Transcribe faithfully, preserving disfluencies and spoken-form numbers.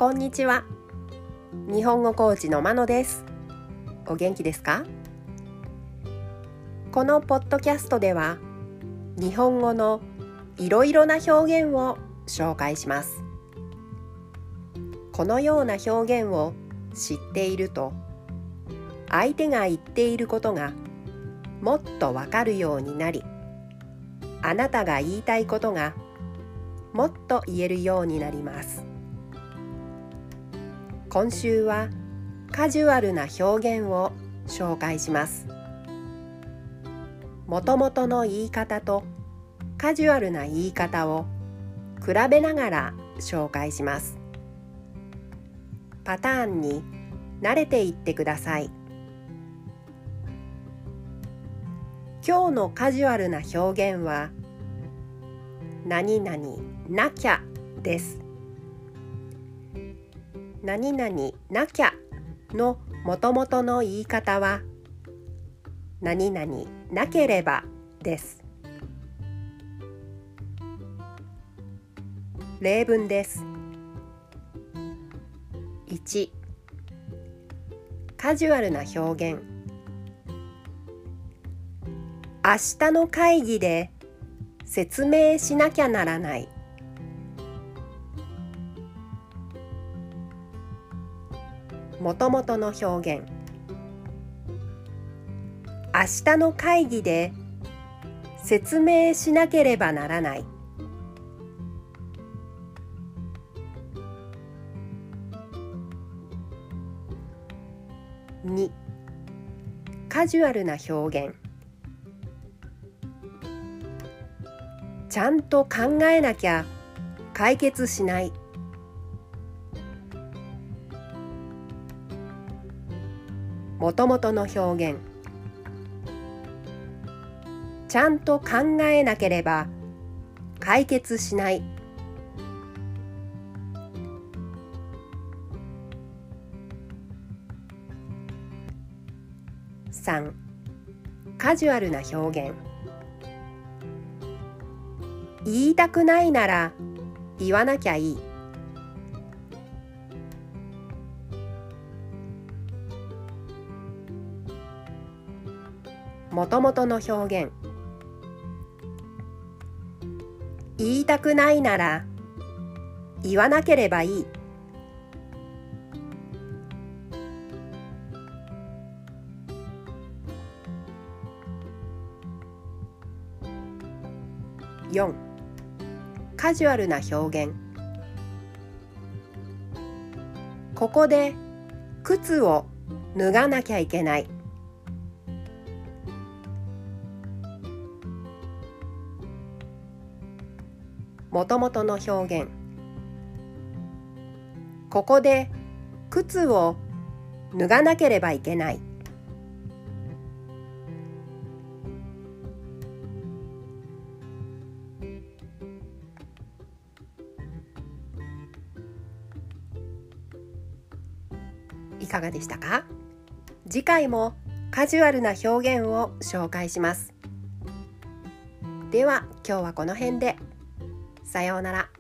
こんにちは。日本語コーチのまのです。お元気ですか？このポッドキャストでは日本語のいろいろな表現を紹介します。このような表現を知っていると、相手が言っていることがもっとわかるようになり、あなたが言いたいことがもっと言えるようになります。今週はカジュアルな表現を紹介します。もともとの言い方とカジュアルな言い方を比べながら紹介します。パターンに慣れていってください。今日のカジュアルな表現は何々なきゃです。何々なきゃのもともとの言い方は何々なければです。例文です。いち、カジュアルな表現。明日の会議で説明しなきゃならない。もともとの表現。明日の会議で説明しなければならない。に、カジュアルな表現。ちゃんと考えなきゃ解決しない。もともとの表現。ちゃんと考えなければ解決しない。さん、カジュアルな表現。言いたくないなら言わなきゃいい。もともとの表現。言いたくないなら言わなければいい。よん、カジュアルな表現。ここで靴を脱がなきゃいけない。もともとの表現。ここで靴を脱がなければいけない。いかがでしたか？次回もカジュアルな表現を紹介します。では今日はこの辺で。さようなら。